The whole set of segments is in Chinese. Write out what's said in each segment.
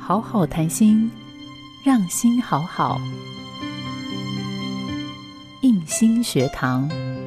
好好谈心，让心好好。映心学堂。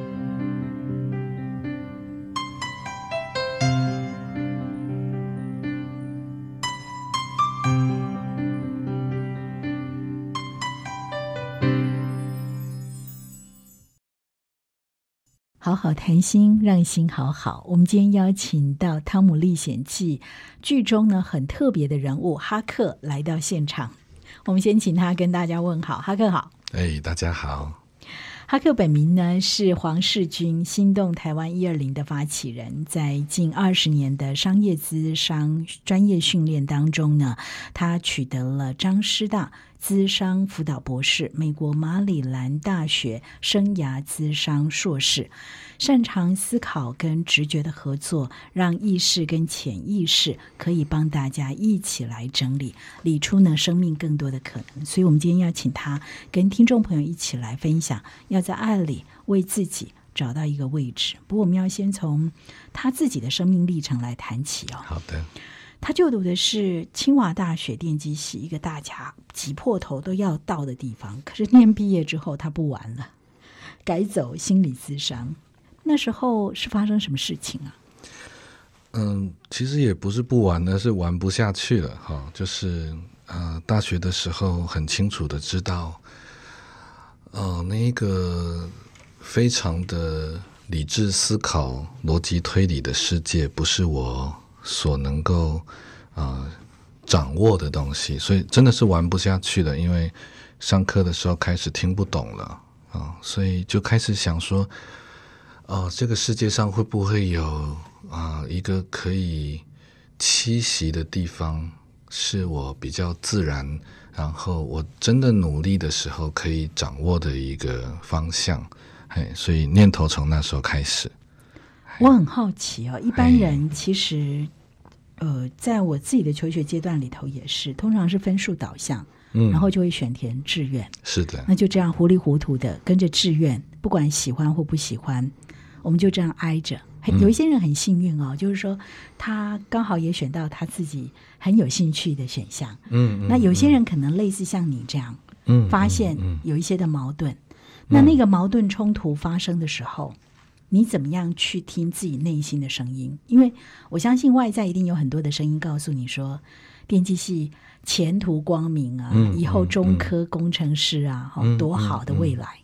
好好谈心，让心好好。我们今天邀请到《汤姆历险记》剧中呢很特别的人物哈克来到现场。我们先请他跟大家问好。哈克好。 大家好。 哈克本名呢是黄世军，心动台湾120的发起人。在近20年的商业咨商专业训练当中呢，他取得了张师大咨商辅导博士，美国马里兰大学生涯咨商硕士，擅长思考跟直觉的合作，让意识跟潜意识可以帮大家一起来整理，理出呢生命更多的可能。所以我们今天要请他跟听众朋友一起来分享，要在爱里为自己找到一个位置。不过我们要先从他自己的生命历程来谈起哦。 好的。 他就读的是清华大学电机系，一个大家挤破头都要到的地方。可是念毕业之后他不玩了，改走心理咨商。那时候是发生什么事情啊？ 其实也不是不玩的，是玩不下去了哈。就是大学的时候很清楚的知道，那一个非常的理智思考、逻辑推理的世界，不是我所能够掌握的东西，所以真的是玩不下去了。因为上课的时候开始听不懂了所以就开始想说，这个世界上会不会有一个可以栖息的地方，是我比较自然，然后我真的努力的时候可以掌握的一个方向。所以念头从那时候开始。 我很好奇一般人其实在我自己的求学阶段里头也是，通常是分数导向，然后就会选填志愿。 是的。 那就这样糊里糊涂的跟着志愿，不管喜欢或不喜欢，我们就这样挨着。有一些人很幸运就是说他刚好也选到他自己很有兴趣的选项。那有些人可能类似像你这样，发现有一些的矛盾。那个矛盾冲突发生的时候，你怎么样去听自己内心的声音？因为我相信外在一定有很多的声音告诉你说，电机系前途光明啊，以后中科工程师啊，多好的未来。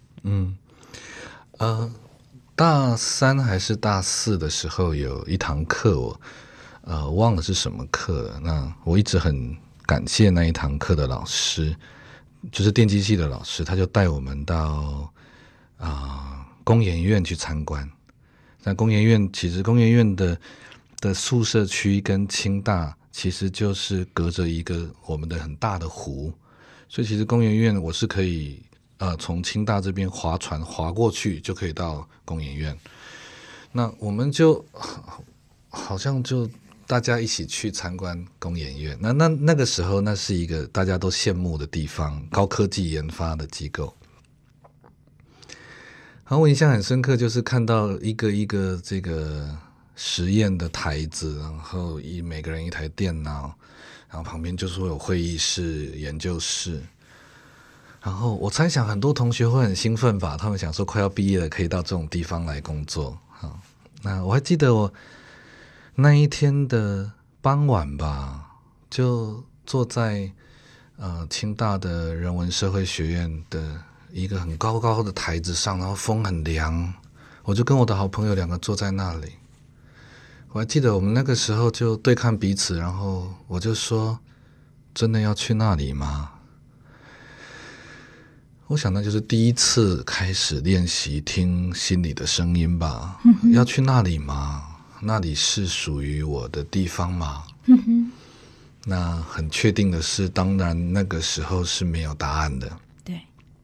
大3还是大4的时候有一堂课，我忘了是什么课了。那我一直很感谢那一堂课的老师，就是电机系的老师，他就带我们到工研院去参观。那工研院其实工研院的宿舍区跟清大其实就是隔着一个我们的很大的湖，所以其实工研院我是可以从清大这边划船划过去就可以到工研院。那我们就好像就大家一起去参观工研院。那个时候那是一个大家都羡慕的地方，高科技研发的机构。然后我印象很深刻，就是看到一个一个这个实验的台子，然后每个人一台电脑，然后旁边就是会有会议室、研究室。然后我猜想很多同学会很兴奋吧，他们想说快要毕业了，可以到这种地方来工作。那我还记得我那一天的傍晚吧，就坐在清大的人文社会学院的一个很高高的台子上，然后风很凉，我就跟我的好朋友2个坐在那里。我还记得我们那个时候就对看彼此，然后我就说，真的要去那里吗？我想那就是第一次开始练习听心里的声音吧。要去那里吗？那里是属于我的地方吗？那很确定的是，当然那个时候是没有答案的。 对。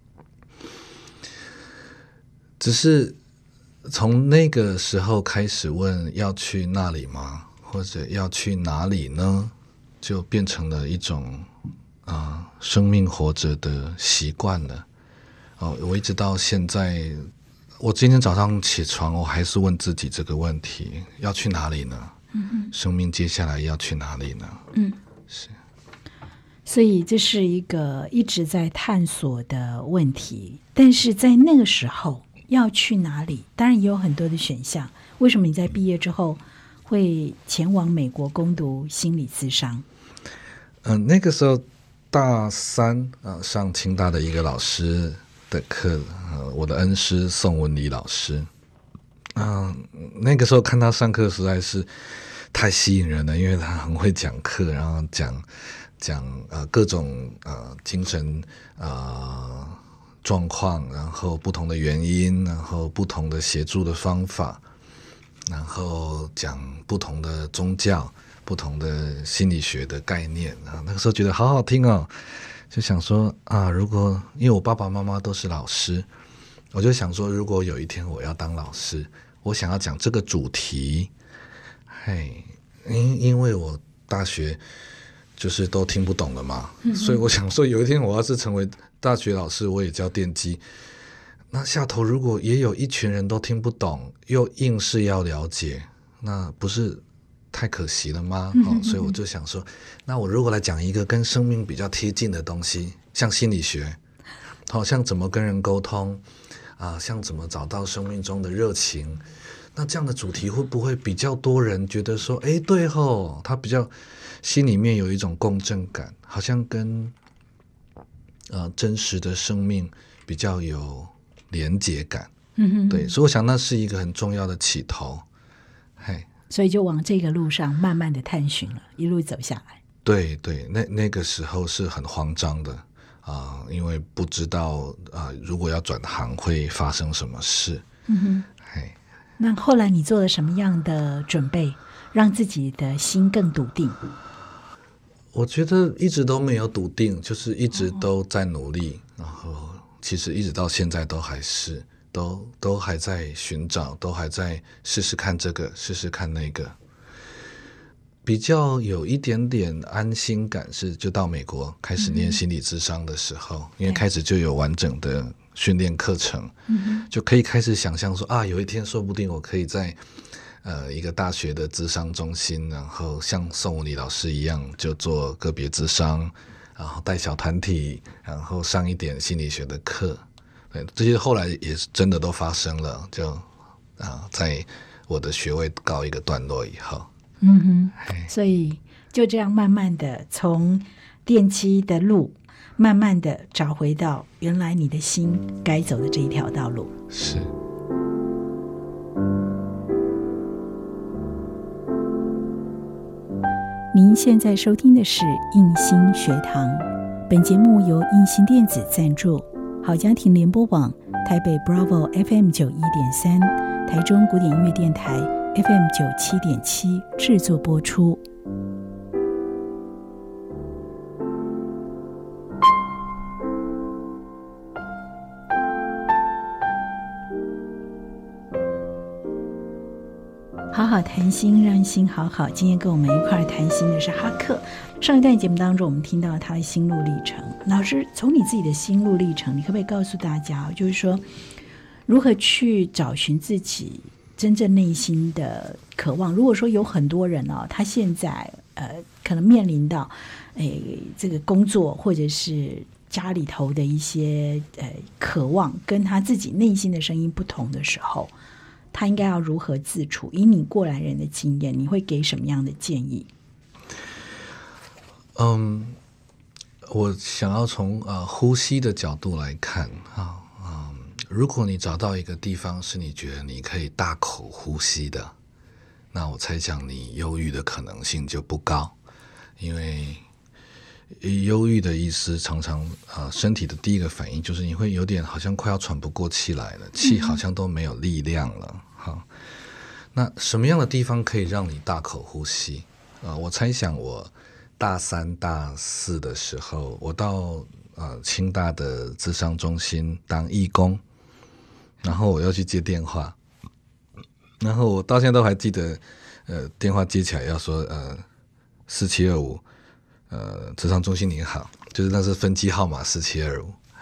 只是从那个时候开始问要去那里吗？或者要去哪里呢？就变成了一种生命活着的习惯了。我一直到现在，我今天早上起床，我还是问自己这个问题：要去哪里呢？生命接下来要去哪里呢？ 是。 所以这是一个一直在探索的问题，但是在那个时候要去哪里，当然也有很多的选项。为什么你在毕业之后会前往美国攻读心理咨商？ 那个时候大三上清大的一个老师的课，我的恩师宋文礼老师，那个时候看他上课实在是太吸引人了，因为他很会讲课，然后讲各种精神状况，然后不同的原因，然后不同的协助的方法，然后讲不同的宗教、不同的心理学的概念啊。那个时候觉得好好听哦，就想说如果因为我爸爸妈妈都是老师，我就想说，如果有一天我要当老师，我想要讲这个主题，因为我大学就是都听不懂了嘛，所以我想说有一天我要是成为大学老师，我也教电机，那下头如果也有一群人都听不懂，又硬是要了解，那不是太可惜了吗？所以我就想说，那我如果来讲一个跟生命比较贴近的东西，像心理学，像怎么跟人沟通像怎么找到生命中的热情，那这样的主题会不会比较多人觉得说，对吼，他比较心里面有一种共振感，好像跟真实的生命比较有连结感。对，所以我想那是一个很重要的起头。 所以就往这个路上慢慢的探寻了，一路走下来。对对，那个时候是很慌张的因为不知道如果要转行会发生什么事。 那后来你做了什么样的准备，让自己的心更笃定？ 我觉得一直都没有笃定，就是一直都在努力，然后其实一直到现在都还是都还在寻找，都还在试试看这个，试试看那个。比较有一点点安心感是就到美国开始念心理咨商的时候，因为开始就有完整的训练课程，就可以开始想象说有一天说不定我可以在一个大学的咨商中心，然后像宋文礼老师一样就做个别咨商，然后带小团体，然后上一点心理学的课。对，这些后来也是真的都发生了，就在我的学位告一个段落以后。 所以就这样慢慢的从电机的路慢慢的找回到原来你的心该走的这一条道路。 是。 您现在收听的是映心学堂，本节目由映心电子赞助，好家庭联播网台北 Bravo FM 91.3，台中古典音乐电台FM 97.7制作播出。好好谈心，让心好好。今天跟我们一块谈心的是哈克。上一段节目当中，我们听到他的心路历程。老师，从你自己的心路历程，你可不可以告诉大家，就是说如何去找寻自己真正内心的渴望？如果说有很多人他现在可能面临到这个工作或者是家里头的一些渴望，跟他自己内心的声音不同的时候，他应该要如何自处？以你过来人的经验，你会给什么样的建议？ 我想要从呼吸的角度来看如果你找到一个地方是你觉得你可以大口呼吸的，那我猜想你忧郁的可能性就不高，因为忧郁的意思常常身体的第一个反应就是你会有点好像快要喘不过气来了，气好像都没有力量了。那什么样的地方可以让你大口呼吸我猜想我大三大四的时候，我到清大的咨商中心当义工，然后我要去接电话，然后我到现在都还记得电话接起来要说4725咨商中心您好，就是那是分机号码4725。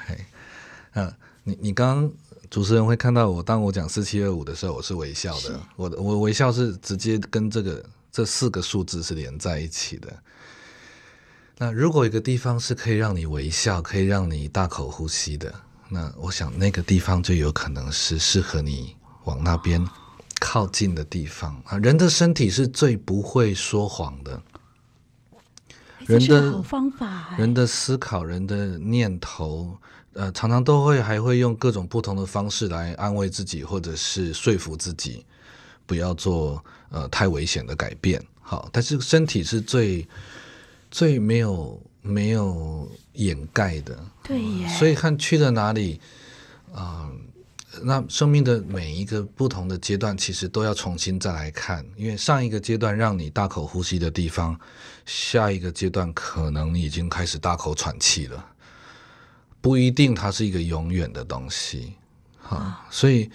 你刚刚主持人会看到我当我讲4725的时候我是微笑的，我微笑是直接跟这4个数字是连在一起的。 那如果有一个地方是可以让你微笑，可以让你大口呼吸的，那我想那个地方就有可能是适合你往那边靠近的地方啊。人的身体是最不会说谎的， 这是个好方法人的思考，人的念头，常常还会用各种不同的方式来安慰自己，或者是说服自己不要做太危险的改变。好，但是身体是最没有掩盖的， 对耶。 所以看去了哪里，那生命的每一个不同的阶段，其实都要重新再来看，因为上一个阶段让你大口呼吸的地方，下一个阶段可能你已经开始大口喘气了，不一定它是一个永远的东西。好，所以，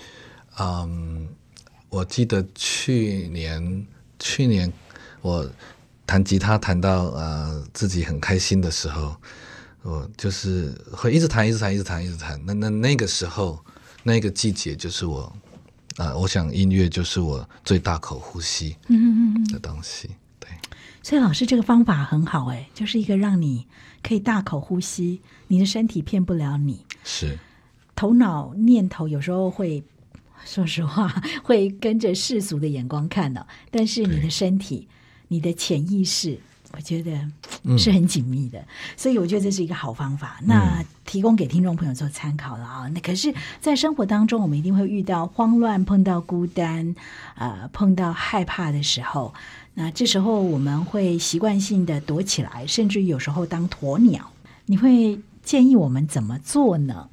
我记得去年我弹吉他弹到自己很开心的时候，我就是会一直弹。那个时候，那个季节就是我想音乐就是我最大口呼吸的东西。对， 所以老师这个方法很好哎，就是一个让你可以大口呼吸，你的身体骗不了你。 是， 头脑念头有时候会，说实话会跟着世俗的眼光看的，但是你的身体，你的潜意识，我觉得是很紧密的，所以我觉得这是一个好方法。那提供给听众朋友做参考了啊。那可是，在生活当中，我们一定会遇到慌乱、碰到孤单、碰到害怕的时候，那这时候我们会习惯性的躲起来，甚至有时候当鸵鸟。你会建议我们怎么做呢？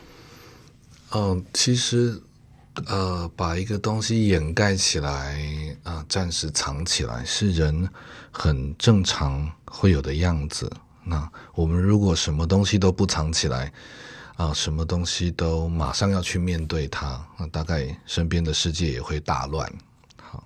其实把一个东西掩盖起来暂时藏起来是人很正常会有的样子。那我们如果什么东西都不藏起来什么东西都马上要去面对它，那大概身边的世界也会大乱。好，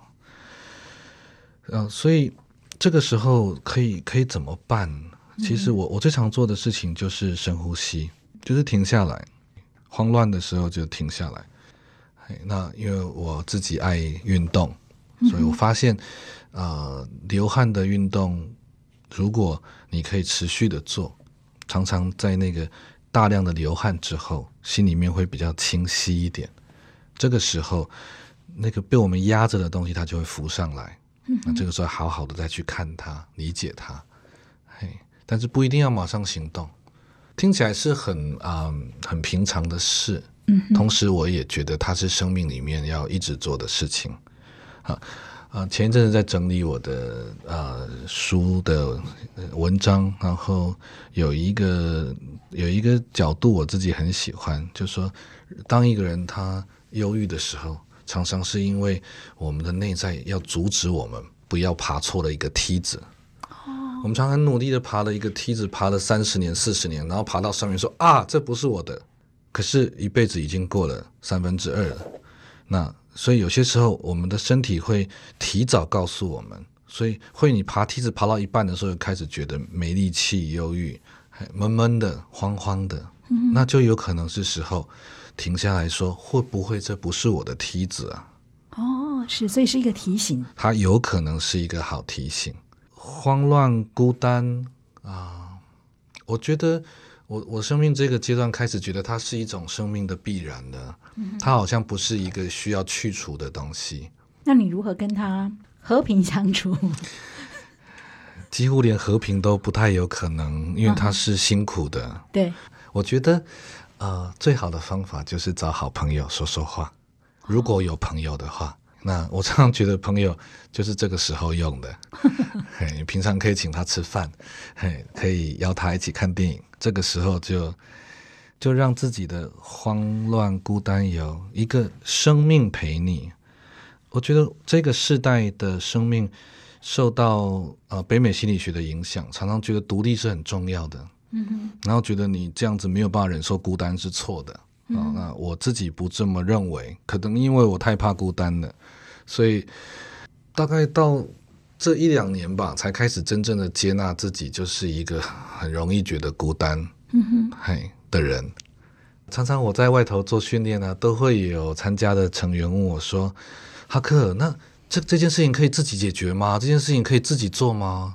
所以这个时候可以怎么办？其实我最常做的事情就是深呼吸，就是停下来，慌乱的时候就停下来。那因为我自己爱运动，所以我发现流汗的运动，如果你可以持续的做，常常在那个大量的流汗之后，心里面会比较清晰一点。这个时候那个被我们压着的东西它就会浮上来，那这个时候好好的再去看它，理解它。但是不一定要马上行动，听起来是很平常的事，同时我也觉得它是生命里面要一直做的事情。前一阵子在整理我的书的文章，然后有一个角度我自己很喜欢，就是说当一个人他忧郁的时候，常常是因为我们的内在要阻止我们不要爬错了一个梯子。我们常常很努力的爬了一个梯子，爬了30年40年，然后爬到上面说这不是我的，可是一辈子已经过了2/3了。那所以有些时候我们的身体会提早告诉我们，所以你爬梯子爬到一半的时候开始觉得没力气、忧郁、闷闷的、慌慌的，那就有可能是时候停下来说，会不会这不是我的梯子啊？ 是，所以是一个提醒， 它有可能是一个好提醒。慌乱孤单我觉得我生命这个阶段开始觉得它是一种生命的必然的，它好像不是一个需要去除的东西。 那你如何跟它和平相处？ 几乎连和平都不太有可能，因为它是辛苦的。 对， 我觉得最好的方法就是找好朋友说说话，如果有朋友的话。那我常常觉得朋友就是这个时候用的你平常可以请他吃饭，可以邀他一起看电影，这个时候就让自己的慌乱孤单有一个生命陪你。我觉得这个世代的生命受到北美心理学的影响，常常觉得独立是很重要的，然后觉得你这样子没有办法忍受孤单是错的。那我自己不这么认为，可能因为我太怕孤单了，所以大概到这1-2年吧，才开始真正的接纳自己就是一个很容易觉得孤单的人。常常我在外头做训练都会有参加的成员问我说，哈克，那这件事情可以自己解决吗？这件事情可以自己做吗？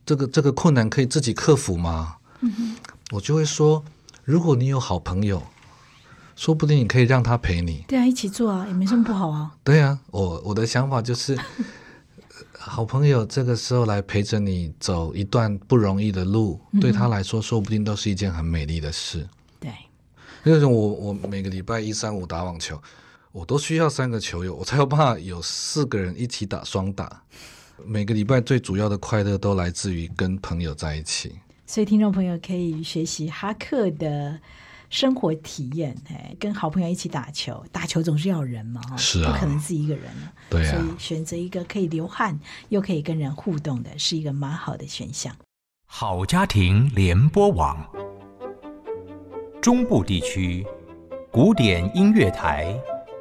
这个困难可以自己克服吗？我就会说，如果你有好朋友，说不定你可以让他陪你。 对啊，一起做啊，也没什么不好啊。 对啊，我的想法就是好朋友这个时候来陪着你走一段不容易的路，对他来说说不定都是一件很美丽的事。 对， 因为我每个礼拜1、3、5打网球，我都需要3个球友，我才有办法有4个人一起打双打。每个礼拜最主要的快乐都来自于跟朋友在一起。 所以听众朋友可以学习哈克的生活体验，跟好朋友一起打球，打球总是要人嘛， 是啊， 不可能自己一个人了。 对啊， 所以选择一个可以流汗又可以跟人互动的，是一个蛮好的选项。 好家庭联播网，中部地区古典音乐台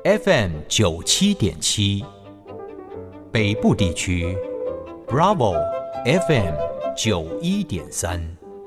FM97.7， 北部地区 Bravo FM91.3。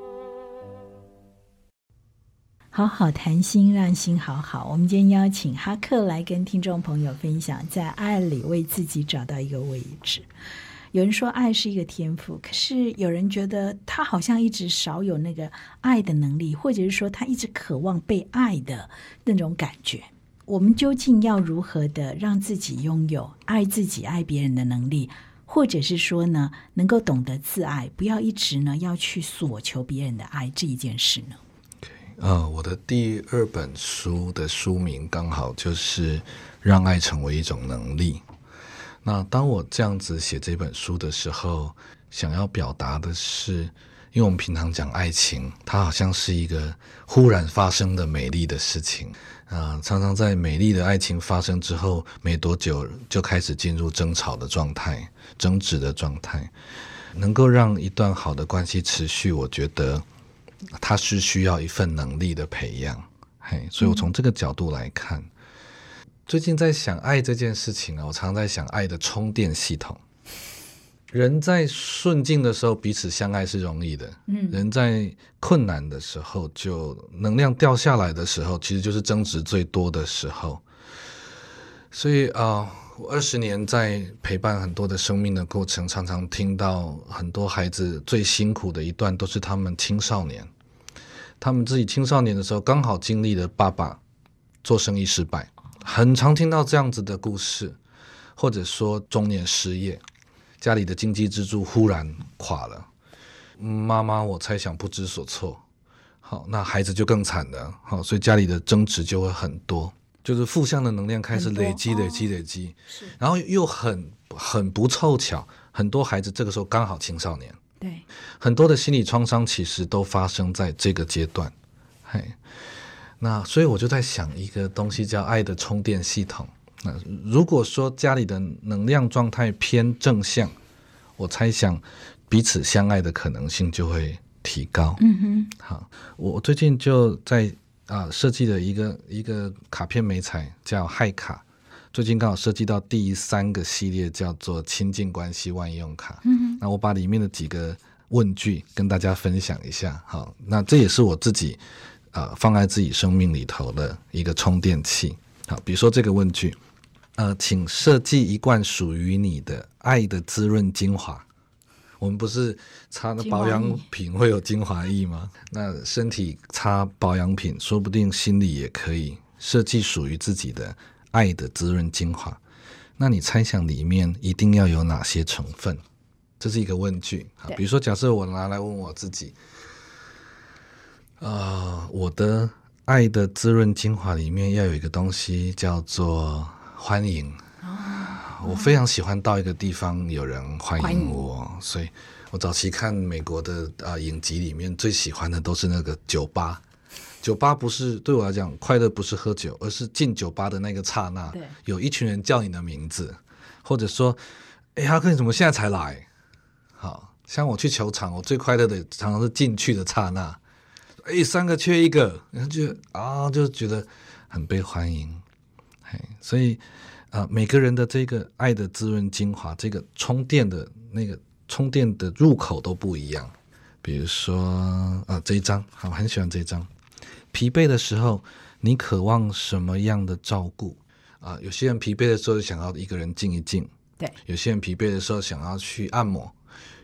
好好谈心，让心好好。我们今天邀请哈克来跟听众朋友分享，在爱里为自己找到一个位置。有人说爱是一个天赋，可是有人觉得他好像一直少有那个爱的能力，或者是说他一直渴望被爱的那种感觉。我们究竟要如何的让自己拥有爱自己、爱别人的能力，或者是说呢，能够懂得自爱，不要一直呢要去索求别人的爱这一件事呢？ 我的第2本书的书名刚好就是让爱成为一种能力。那当我这样子写这本书的时候，想要表达的是，因为我们平常讲爱情，它好像是一个忽然发生的美丽的事情，常常在美丽的爱情发生之后没多久就开始进入争吵的状态、争执的状态。能够让一段好的关系持续，我觉得它是需要一份能力的培养。所以我从这个角度来看，最近在想爱这件事情我常在想爱的充电系统。人在顺境的时候彼此相爱是容易的，人在困难的时候，就能量掉下来的时候，其实就是争执最多的时候。所以我20年在陪伴很多的生命的过程，常常听到很多孩子最辛苦的一段都是他们青少年，他们自己青少年的时候刚好经历了爸爸做生意失败，很常听到这样子的故事，或者说中年失业，家里的经济支柱忽然垮了，妈妈我猜想不知所措。好，那孩子就更惨了。好，所以家里的争执就会很多，就是负向的能量开始累积，然后又很不凑巧，很多孩子这个时候刚好青少年， 对， 很多的心理创伤其实都发生在这个阶段。那所以我就在想一个东西叫爱的充电系统。那如果说家里的能量状态偏正向，我猜想彼此相爱的可能性就会提高。好，我最近就在设计了一个卡片媒材叫嗨卡，最近刚好设计到第3个系列，叫做亲近关系万用卡。那我把里面的几个问句跟大家分享一下。好，那这也是我自己放在自己生命里头的一个充电器。好，比如说这个问句，请设计一罐属于你的爱的滋润精华。我们不是擦那保养品会有精华液吗？那身体擦保养品，说不定心里也可以设计属于自己的爱的滋润精华。那你猜想里面一定要有哪些成分？这是一个问句。比如说假设我拿来问我自己，我的爱的滋润精华里面要有一个东西叫做欢迎。我非常喜欢到一个地方有人欢迎我，所以我早期看美国的影集里面最喜欢的都是那个酒吧。酒吧不是对我来讲快乐，不是喝酒，而是进酒吧的那个刹那，有一群人叫你的名字，或者说哈克你怎么现在才来。好像我去球场，我最快乐的常常是进去的刹那，3个缺1个，然后就觉得很被欢迎。所以每个人的这个爱的滋润精华，这个充电的入口都不一样。比如说这一张，我很喜欢这一张。疲惫的时候你渴望什么样的照顾？有些人疲惫的时候想要一个人静一静，对，有些人疲惫的时候想要去按摩，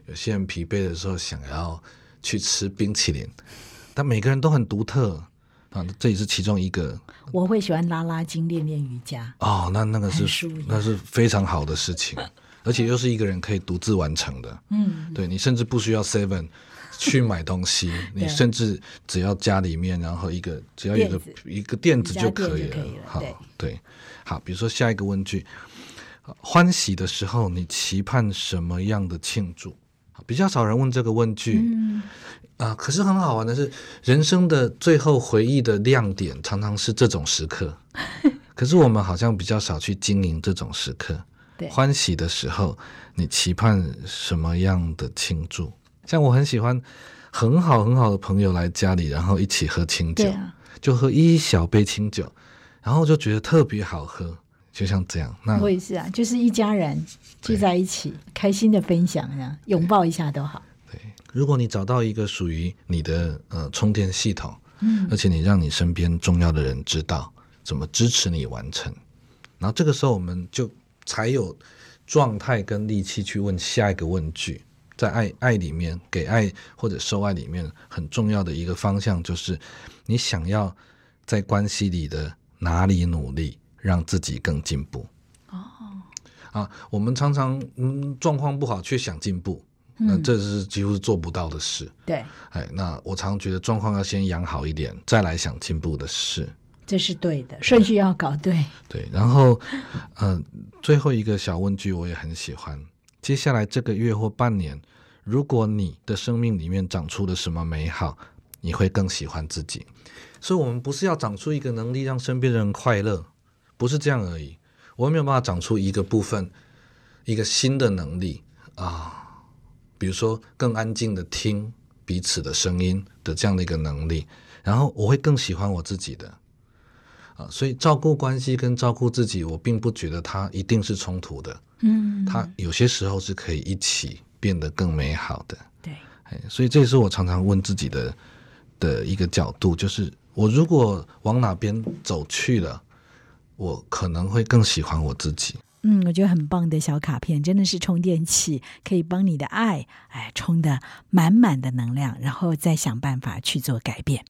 有些人疲惫的时候想要去吃冰淇淋，但每个人都很独特啊，这也是其中一个。 我会喜欢拉拉筋，练练瑜伽。 哦，那个是非常好的事情，而且又是一个人可以独自完成的。对，你甚至不需要 7去买东西，你甚至只要家里面，然后只要一个垫子就可以了。好，对，好，比如说下一个问句，欢喜的时候你期盼什么样的庆祝？比较少人问这个问句。可是很好玩的是，人生的最后回忆的亮点常常是这种时刻，可是我们好像比较少去经营这种时刻。欢喜的时候你期盼什么样的庆祝？像我很喜欢很好的朋友来家里，然后一起喝清酒，就喝一小杯清酒，然后就觉得特别好喝，就像这样。那我也是啊，就是一家人聚在一起开心的分享，拥抱一下都好。 如果你找到一个属于你的充电系统，而且你让你身边重要的人知道怎么支持你完成，然后这个时候我们就才有状态跟力气去问下一个问句。在爱里面，给爱或者受爱里面很重要的一个方向就是你想要在关系里的哪里努力让自己更进步。我们常常状况不好却想进步，那这是几乎是做不到的事。 对， 那我常觉得状况要先养好一点，再来想进步的事， 这是对的，顺序要搞对。 对，然后最后一个小问句我也很喜欢，接下来这个月或半年，如果你的生命里面长出了什么美好，你会更喜欢自己。所以我们不是要长出一个能力让身边的人快乐，不是这样而已，我们没有办法长出一个部分，一个新的能力比如说更安静的听彼此的声音的这样的一个能力，然后我会更喜欢我自己的所以照顾关系跟照顾自己，我并不觉得它一定是冲突的，它有些时候是可以一起变得更美好的。 对， 所以这也是我常常问自己的一个角度，就是我如果往哪边走去了，我可能会更喜欢我自己。 我觉得很棒的小卡片，真的是充电器，可以帮你的爱充得满满的能量，然后再想办法去做改变。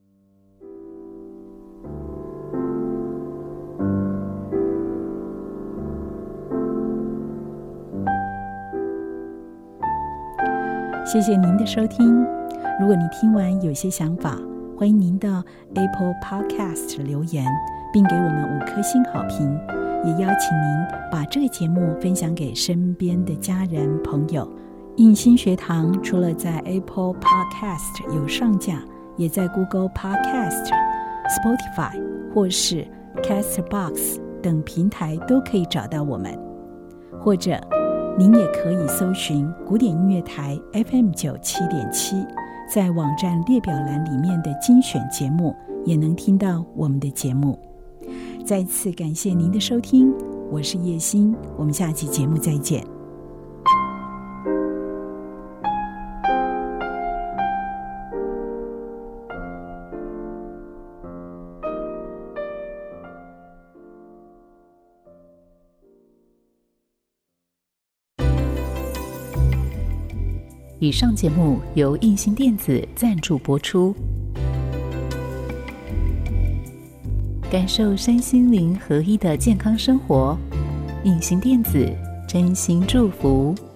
谢谢您的收听，如果你听完有些想法，欢迎您到 Apple Podcast 留言，并给我们5颗星好评，也邀请您把这个节目分享给身边的家人朋友。印心学堂除了在 Apple Podcast 有上架，也在 Google Podcast、Spotify 或是 Castbox 等平台都可以找到我们，或者您也可以搜寻古典音乐台 FM97.7， 在网站列表栏里面的精选节目也能听到我们的节目。再次感谢您的收听，我是叶欣，我们下期节目再见。 以上节目由印心电子赞助播出。感受身心灵合一的健康生活，印心电子真心祝福。